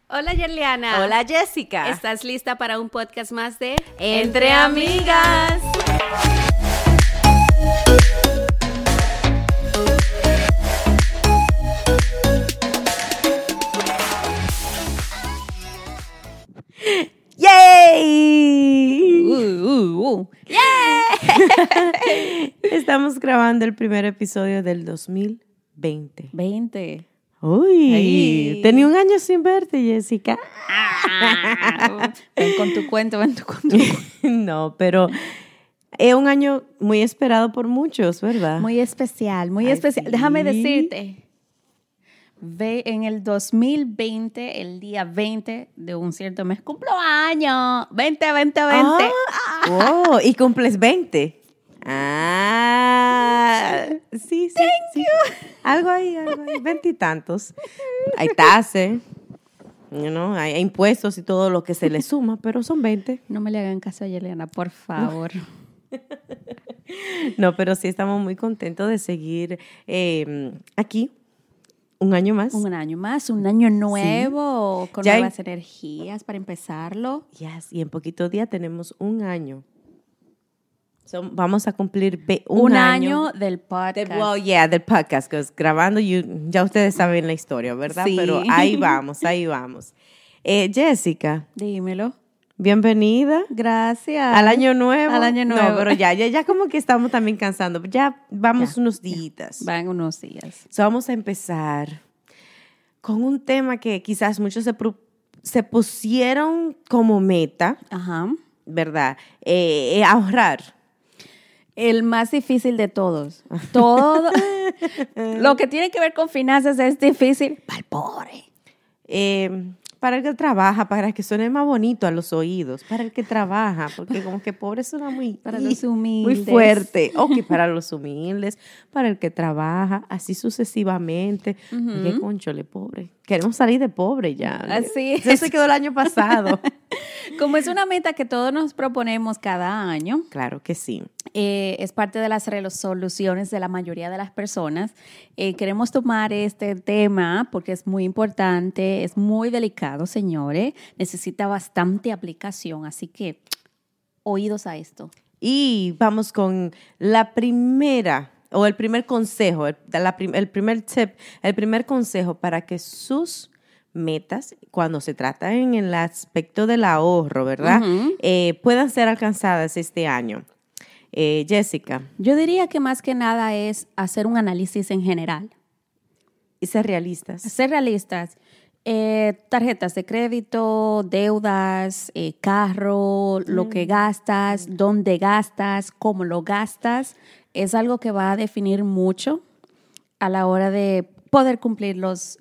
Hola Yerliana. Hola Jessica. ¿Estás lista para un podcast más de Entre Amigas? ¡Yay! Estamos grabando el primer episodio del 2020. 20. Uy, Ay. tenía un año sin verte, Jessica. Ven con tu cuento. No, pero es un año muy esperado por muchos, ¿verdad? Muy especial, muy Ay, especial. sí. Déjame decirte, ve en el 2020, el día 20 de un cierto mes, cumplo año. 20. Oh, y cumples 20. Sí. Thank you. Algo ahí, 20 y tantos. Hay tasas, hay impuestos y todo lo que se le suma, pero son 20. No me le hagan caso a Yelena, por favor. No, pero sí estamos muy contentos de seguir aquí un año más. Un año más, un año nuevo, con Ya nuevas energías para empezarlo. Yes, y en poquitos días tenemos un año. Vamos a cumplir Un año del podcast. Del podcast, que grabando, ya ustedes saben la historia, ¿verdad? Sí. Pero ahí vamos. Jessica, Dímelo. bienvenida Gracias. al año nuevo. Al año nuevo. No, pero ya como que estamos también cansando. Ya vamos unos días. Van unos días. So, vamos a empezar con un tema que quizás muchos se pusieron como meta, Ajá. ¿verdad? Ahorrar. El más difícil de todos. Todo lo que tiene que ver con finanzas es difícil para el pobre. Para el que trabaja, para que suene más bonito a los oídos, para el que trabaja, porque como que pobre suena Para los humildes. muy fuerte. Ok, para los humildes, para el que trabaja, así sucesivamente. Oye, conchole, pobre. Queremos salir de pobre ya. Así Eso es. se quedó el año pasado. Como es una meta que todos nos proponemos cada año, Claro que sí. es parte de las resoluciones de la mayoría de las personas. Queremos tomar este tema porque es muy importante, es muy delicado, señores. Necesita bastante aplicación, así que oídos a esto. Y vamos con la primera, o el primer consejo, el primer tip, el primer consejo para que sus metas, cuando se trata en el aspecto del ahorro, ¿verdad? Puedan ser alcanzadas este año. Jessica. Yo diría que más que nada es hacer un análisis en general. Y ser realistas. Ser realistas. Tarjetas de crédito, deudas, carro, lo que gastas, dónde gastas, cómo lo gastas, es algo que va a definir mucho a la hora de poder cumplir los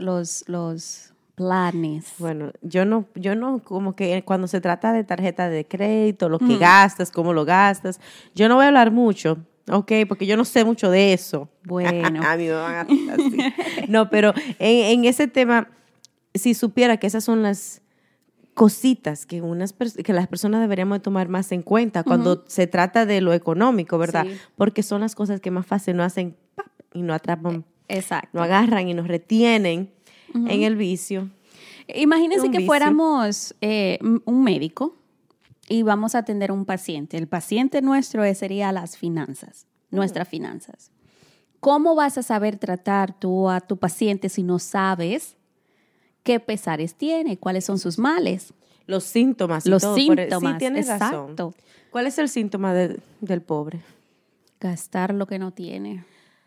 planes. Bueno, yo no, como que cuando se trata de tarjeta de crédito, lo que gastas, cómo lo gastas, yo no voy a hablar mucho, ¿ok? Porque yo no sé mucho de eso. Bueno. A mí me van a así. No, pero en ese tema, si supiera que esas son las cositas que las personas deberíamos de tomar más en cuenta cuando se trata de lo económico, ¿verdad? Sí. Porque son las cosas que más fácil nos hacen ¡pap! Y nos atrapan, Exacto. nos agarran y nos retienen en el vicio. Imagínense Un que vicio. fuéramos un médico y vamos a atender a un paciente. El paciente nuestro sería las finanzas, nuestras finanzas. ¿Cómo vas a saber tratar tú a tu paciente si no sabes qué pesares tiene, cuáles son sus males? Los síntomas y Los todo. síntomas, Sí, tienes exacto. razón. ¿Cuál es el síntoma del pobre? Gastar lo que no tiene.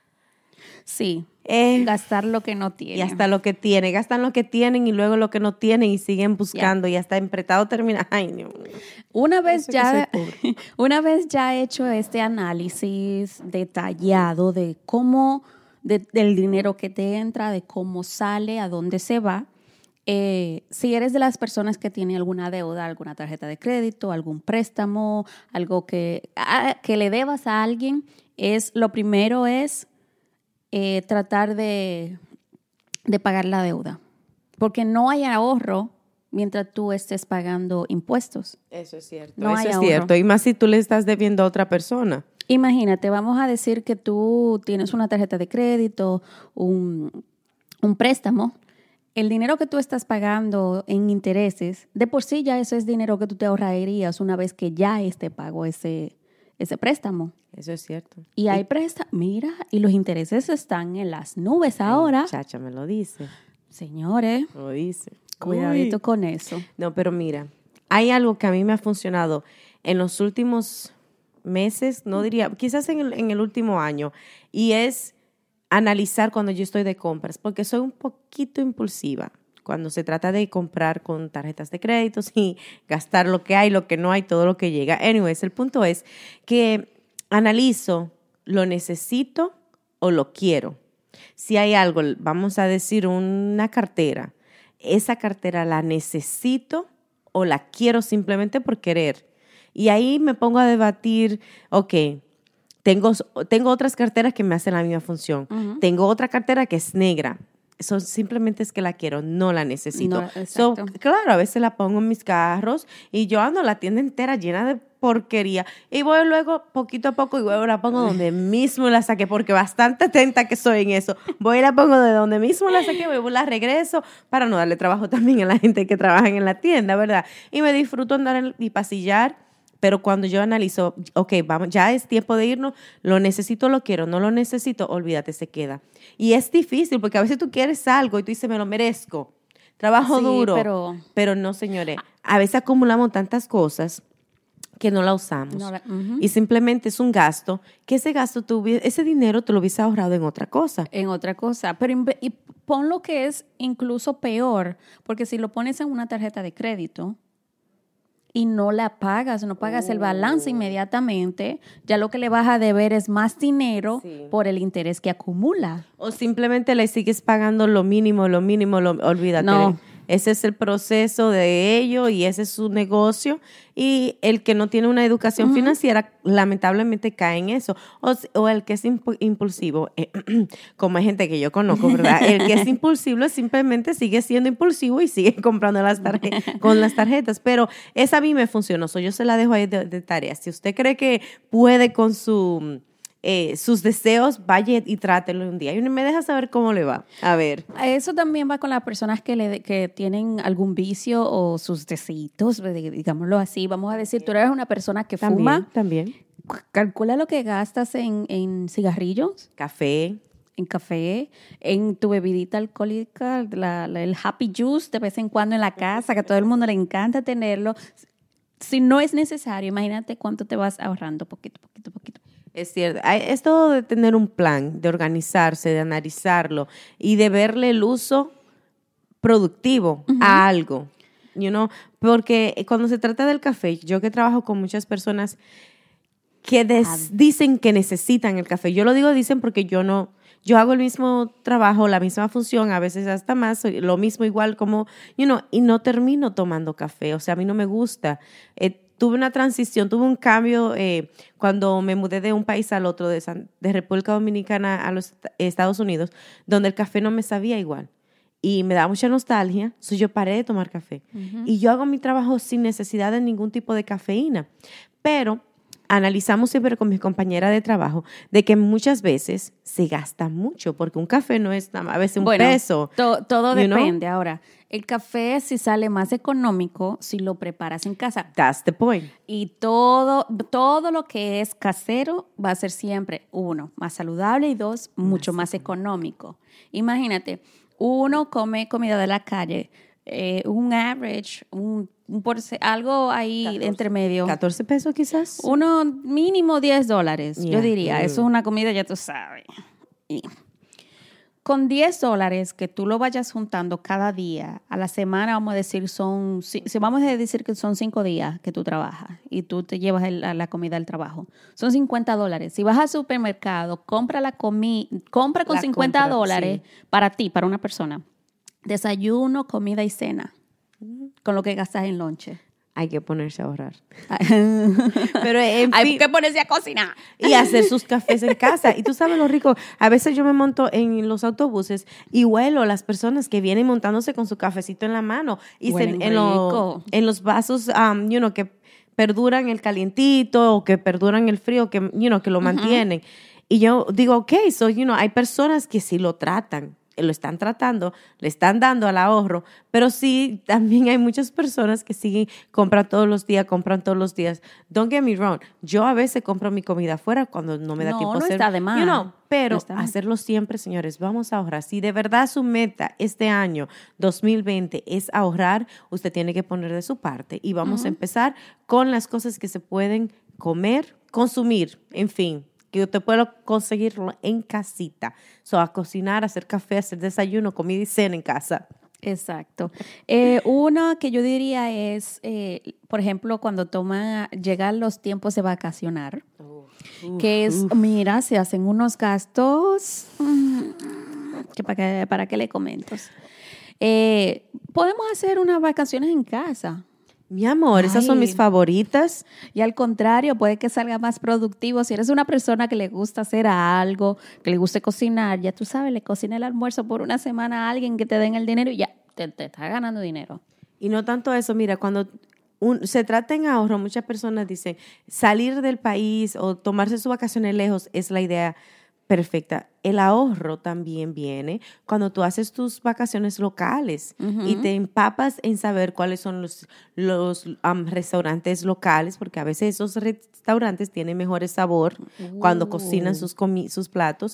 Sí, Eh, gastar lo que no tiene. Y hasta lo que tiene. Gastan lo que tienen y luego lo que no tienen y siguen buscando y hasta empretado termina. Ay, no. Una vez Por eso que ya, soy pobre. una vez ya hecho este análisis detallado de cómo, del dinero que te entra, de cómo sale, a dónde se va, si eres de las personas que tiene alguna deuda, alguna tarjeta de crédito, algún préstamo, algo que le debas a alguien, lo primero es tratar de pagar la deuda. Porque no hay ahorro mientras tú estés pagando impuestos. Eso es cierto. No hay Eso es ahorro. cierto. Y más si tú le estás debiendo a otra persona. Imagínate, vamos a decir que tú tienes una tarjeta de crédito, un préstamo, el dinero que tú estás pagando en intereses, de por sí ya eso es dinero que tú te ahorrarías una vez que ya esté pago ese préstamo. Eso es cierto. Y hay préstamos, mira, y los intereses están en las nubes ahora. Chacha me lo dice. Señores, Lo dice. cuidadito Uy. con eso. No, pero mira, hay algo que a mí me ha funcionado en los últimos meses, no diría, quizás en el último año, y es analizar cuando yo estoy de compras, porque soy un poquito impulsiva cuando se trata de comprar con tarjetas de créditos y gastar lo que hay, lo que no hay, todo lo que llega. Anyways, el punto es que analizo, ¿lo necesito o lo quiero? Si hay algo, vamos a decir una cartera, ¿esa cartera la necesito o la quiero simplemente por querer? Y ahí me pongo a debatir, ok, tengo otras carteras que me hacen la misma función. Uh-huh. Tengo otra cartera que es negra. Eso simplemente es que la quiero, no la necesito. No, claro, a veces la pongo en mis carros y yo ando la tienda entera llena de porquería. Y voy luego, poquito a poco, y luego la pongo donde mismo la saqué, porque bastante atenta que soy en eso. Voy y la pongo de donde mismo la saqué, voy la regreso para no darle trabajo también a la gente que trabaja en la tienda, ¿verdad? Y me disfruto andar y pasillar. Pero cuando yo analizo, ok, vamos, ya es tiempo de irnos, lo necesito, lo quiero, no lo necesito, olvídate, se queda. Y es difícil porque a veces tú quieres algo y tú dices, me lo merezco, trabajo duro. Pero no, señores, a veces acumulamos tantas cosas que no la usamos. No, y simplemente es un gasto, que ese dinero te lo hubiese ahorrado en otra cosa. En otra cosa. Pero y pon lo que es incluso peor, porque si lo pones en una tarjeta de crédito, y no la pagas, no pagas el balance inmediatamente, ya lo que le vas a deber es más dinero por el interés que acumula. O simplemente le sigues pagando lo mínimo, olvídate. No. Ese es el proceso de ello y ese es su negocio. Y el que no tiene una educación financiera, lamentablemente cae en eso. O el que es impulsivo, como hay gente que yo conozco, ¿verdad? El que es impulsivo simplemente sigue siendo impulsivo y sigue comprando con las tarjetas. Pero esa a mí me funcionó. Yo se la dejo ahí de tarea. Si usted cree que puede con sus deseos, vaya y trátelo un día. Y me deja saber cómo le va. A ver. Eso también va con las personas que tienen algún vicio o sus deseos, digámoslo así. Vamos a decir, tú eres una persona que fuma. También. Calcula lo que gastas en cigarrillos. En café, en tu bebidita alcohólica, el happy juice de vez en cuando en la casa, que a todo el mundo le encanta tenerlo. Si no es necesario, imagínate cuánto te vas ahorrando poquito. Es cierto. Es todo de tener un plan, de organizarse, de analizarlo y de verle el uso productivo a algo. Porque cuando se trata del café, yo que trabajo con muchas personas que dicen que necesitan el café. Yo lo digo dicen porque yo hago el mismo trabajo, la misma función, a veces hasta más, lo mismo igual como, y no termino tomando café. O sea, a mí no me gusta. Tuve una transición, tuve un cambio cuando me mudé de un país al otro, de República Dominicana a los Estados Unidos, donde el café no me sabía igual. Y me daba mucha nostalgia, entonces yo paré de tomar café. Y yo hago mi trabajo sin necesidad de ningún tipo de cafeína. Pero analizamos siempre con mis compañeras de trabajo de que muchas veces se gasta mucho, porque un café no es nada más, a veces un peso. Todo depende. Ahora, el café sí sale más económico si lo preparas en casa. That's the point. Y todo lo que es casero va a ser siempre, uno, más saludable y dos, mucho más económico. Imagínate, uno come comida de la calle, un average, algo ahí 14, entre medio. 14 pesos quizás. Uno mínimo $10, yo diría. Eso es una comida, ya tú sabes. Y con $10 que tú lo vayas juntando cada día, a la semana vamos a decir vamos a decir que son 5 días que tú trabajas y tú te llevas la comida al trabajo. Son $50. Si vas al supermercado, compra con $50 para ti, para una persona. Desayuno, comida y cena, con lo que gastas en lonche. Hay que ponerse a ahorrar. Pero hay que ponerse a cocinar. Y hacer sus cafés en casa. Y tú sabes lo rico. A veces yo me monto en los autobuses y huelo a las personas que vienen montándose con su cafecito en la mano. Y en los vasos, que perduran el calientito o que perduran el frío, que lo mantienen. Y yo digo, hay personas que sí lo tratan. lo están tratando, le están dando al ahorro, pero sí, también hay muchas personas que siguen, compran todos los días. Don't get me wrong, yo a veces compro mi comida afuera cuando no me da tiempo no hacer. está de más. Pero No está mal. hacerlo siempre, señores, vamos a ahorrar. Si de verdad su meta este año 2020 es ahorrar, usted tiene que poner de su parte y vamos a empezar con las cosas que se pueden comer, consumir, en fin, que usted pueda conseguirlo en casita. A cocinar, hacer café, hacer desayuno, comida y cena en casa. Exacto. Una que yo diría es, por ejemplo, cuando llegan los tiempos de vacacionar, que es, mira, se hacen unos gastos, que para qué le comento. Podemos hacer unas vacaciones en casa. Mi amor, esas son mis favoritas. Y al contrario, puede que salga más productivo. Si eres una persona que le gusta hacer algo, que le guste cocinar, ya tú sabes, le cocina el almuerzo por una semana a alguien que te den el dinero y ya te está ganando dinero. Y no tanto eso, mira, cuando se trata en ahorro, muchas personas dicen salir del país o tomarse sus vacaciones lejos es la idea perfecta. El ahorro también viene cuando tú haces tus vacaciones locales y te empapas en saber cuáles son los restaurantes locales, porque a veces esos restaurantes tienen mejor sabor cuando cocinan sus platos.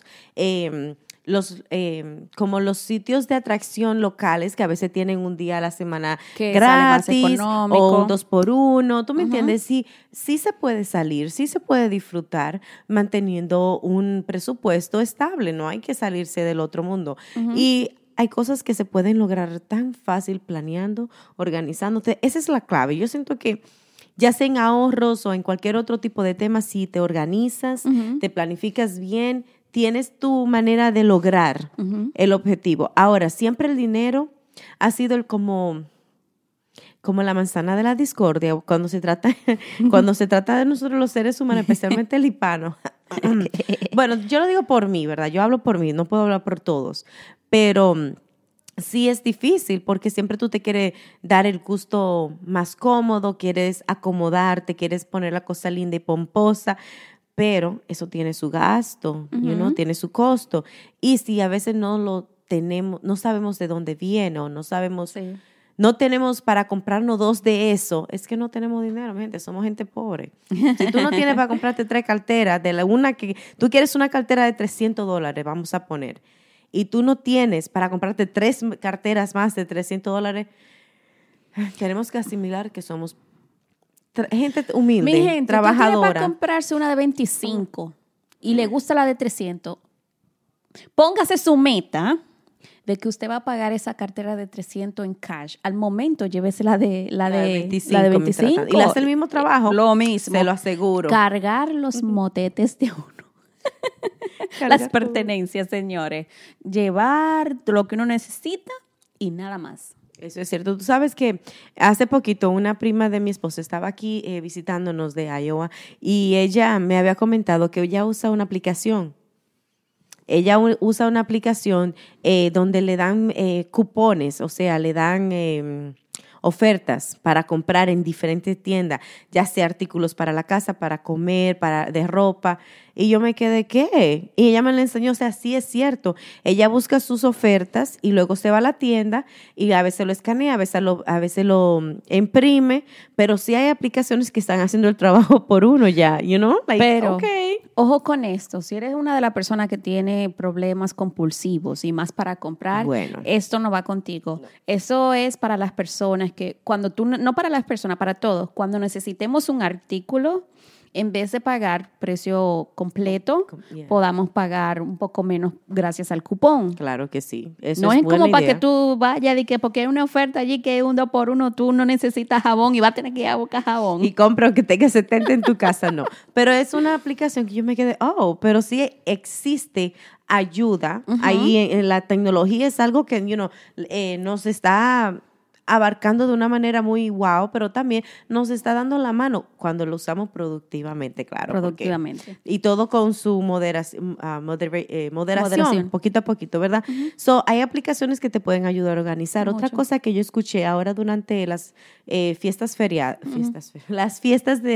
Como los sitios de atracción locales que a veces tienen un día a la semana que gratis o un 2x1, ¿tú me entiendes? Sí se puede salir, sí se puede disfrutar manteniendo un presupuesto estable, no hay que salirse del otro mundo. Y hay cosas que se pueden lograr tan fácil planeando, organizándote. Esa es la clave. Yo siento que ya sea en ahorros o en cualquier otro tipo de tema, si te organizas, te planificas bien, tienes tu manera de lograr el objetivo. Ahora, siempre el dinero ha sido como la manzana de la discordia cuando se trata de nosotros los seres humanos, especialmente el hispano. Bueno, yo lo digo por mí, ¿verdad? Yo hablo por mí, no puedo hablar por todos, pero sí es difícil porque siempre tú te quieres dar el gusto más cómodo, quieres acomodarte, quieres poner la cosa linda y pomposa, pero eso tiene su gasto, tiene su costo. Y si a veces no lo tenemos, no sabemos de dónde viene o no sabemos, no tenemos para comprarnos 2 de eso, es que no tenemos dinero, gente, somos gente pobre. Si tú no tienes para comprarte 3 carteras, tú quieres una cartera de $300, vamos a poner, y tú no tienes para comprarte 3 carteras más de $300, tenemos que asimilar que somos gente humilde, mi gente, trabajadora. ¿tú tienes para comprarse una de 25 y le gusta la de 300? Póngase su meta de que usted va a pagar esa cartera de 300 en cash. Al momento, llévese la de 25. Y le hace el mismo trabajo. Lo mismo. Se lo aseguro. Cargar los motetes de uno. Las pertenencias, señores. Llevar lo que uno necesita y nada más. Eso es cierto. Tú sabes que hace poquito una prima de mi esposa estaba aquí visitándonos de Iowa y ella me había comentado que ella usa una aplicación. Ella usa una aplicación donde le dan cupones, o sea, le dan ofertas para comprar en diferentes tiendas, ya sea artículos para la casa, para comer, de ropa. Y yo me quedé, ¿qué? Y ella me lo enseñó, o sea, sí es cierto. Ella busca sus ofertas y luego se va a la tienda y a veces lo escanea, a veces lo imprime, pero sí hay aplicaciones que están haciendo el trabajo por uno ya, Pero, okay. Ojo con esto, si eres una de las personas que tiene problemas compulsivos y más para comprar, esto no va contigo. No. Eso es para las personas que no para las personas, para todos, cuando necesitemos un artículo, en vez de pagar precio completo, podamos pagar un poco menos gracias al cupón. Claro que sí. Eso no es como para que tú vayas y que porque hay una oferta allí que es un 2x1, tú no necesitas jabón y vas a tener que ir a buscar jabón. Y compra que tenga 70 en tu casa, no. Pero es una aplicación que yo me quedé, pero sí existe ayuda. Ahí en la tecnología es algo que nos está abarcando de una manera muy wow, pero también nos está dando la mano cuando lo usamos productivamente, claro. Productivamente. Y todo con su moderación, poquito a poquito, ¿verdad? Hay aplicaciones que te pueden ayudar a organizar. Mucho. Otra cosa que yo escuché ahora durante las fiestas de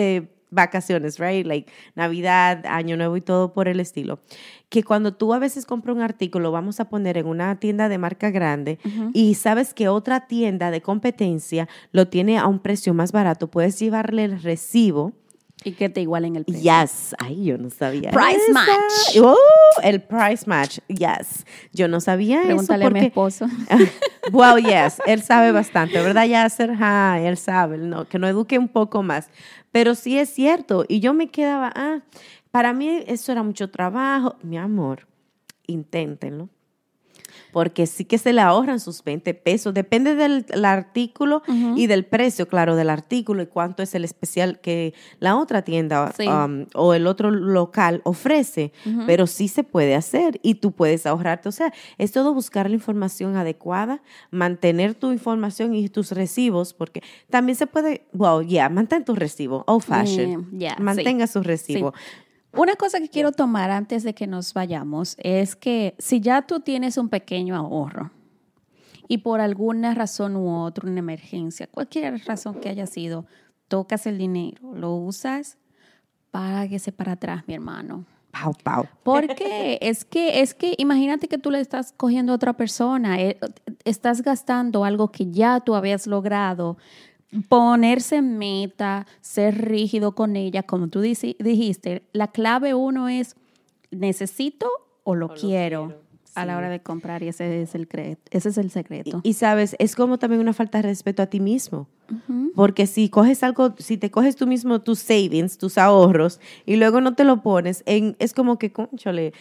vacaciones, right? Like Navidad, Año Nuevo y todo por el estilo. Que cuando tú a veces compras un artículo, vamos a poner en una tienda de marca grande y sabes que otra tienda de competencia lo tiene a un precio más barato, puedes llevarle el recibo. Y que te igualen el precio. Yes. Ay, yo no sabía Price esa. match. El price match. Yes. Yo no sabía Pregúntale eso porque... a mi esposo. Wow, yes. Él sabe bastante, ¿verdad, Yasser? Él sabe. No, que no eduque un poco más. Pero sí es cierto. Y yo me quedaba, para mí eso era mucho trabajo. Mi amor, inténtenlo. Porque sí que se le ahorran sus 20 pesos. Depende del artículo y del precio, claro, del artículo y cuánto es el especial que la otra tienda o el otro local ofrece. Pero sí se puede hacer y tú puedes ahorrarte. O sea, es todo buscar la información adecuada, mantener tu información y tus recibos, porque también se puede, mantén tu recibo, old fashion. Mantenga su recibo. Sí. Una cosa que quiero tomar antes de que nos vayamos es que si ya tú tienes un pequeño ahorro y por alguna razón u otra, una emergencia, cualquier razón que haya sido, tocas el dinero, lo usas, páguese para atrás, mi hermano. Pau, pau. Porque es que imagínate que tú le estás cogiendo a otra persona, estás gastando algo que ya tú habías logrado. Ponerse meta, ser rígido con ella, como tú dijiste, la clave uno es necesito o lo quiero. A la hora de comprar y ese es el secreto. Y sabes, es como también una falta de respeto a ti mismo. Porque si coges algo, si te coges tú mismo tus savings, tus ahorros, y luego no te lo pones, es como que, cónchale,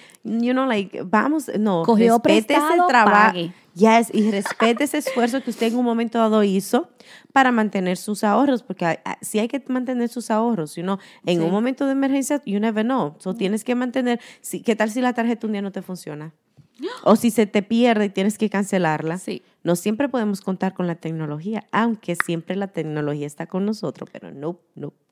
cogió respete prestado, ese trabajo. pague. Yes, y respete ese esfuerzo que usted en un momento dado hizo para mantener sus ahorros, porque sí hay que mantener sus ahorros, en un momento de emergencia, you never know. So tienes que mantener, ¿qué tal si la tarjeta un día no te funciona? O si se te pierde y tienes que cancelarla. Sí. No siempre podemos contar con la tecnología, aunque siempre la tecnología está con nosotros, pero no.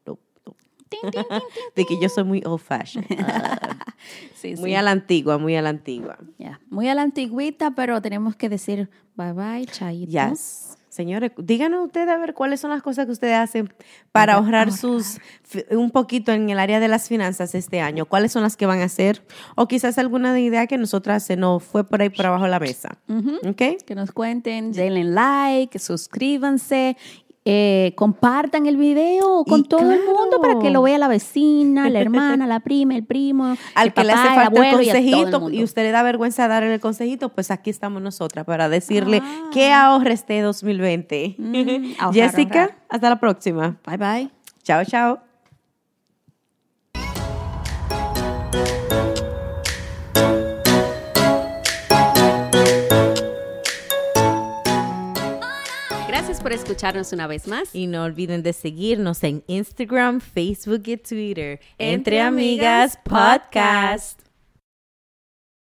De que yo soy muy old fashion. Muy a la antigua. Yeah. Muy a la antigüita, pero tenemos que decir bye bye, chaito. Yes. Señores, díganos ustedes a ver cuáles son las cosas que ustedes hacen para ahorrar un poquito en el área de las finanzas este año. ¿Cuáles son las que van a hacer? O quizás alguna idea que nosotras se nos fue por ahí por abajo de la mesa. ¿Okay? Que nos cuenten, denle like, suscríbanse, compartan el video con todo el mundo para que lo vea la vecina, la hermana, la prima, el primo, al el que papá, le hace falta el abuelo, el consejito y a todo el y usted le da vergüenza darle el consejito, pues aquí estamos nosotras para decirle que ahorre este 2020. Jessica, ahorrar. hasta la próxima. Bye bye. Chao, chao. Gracias por escucharnos una vez más. Y no olviden de seguirnos en Instagram, Facebook y Twitter. Entre Amigas Podcast.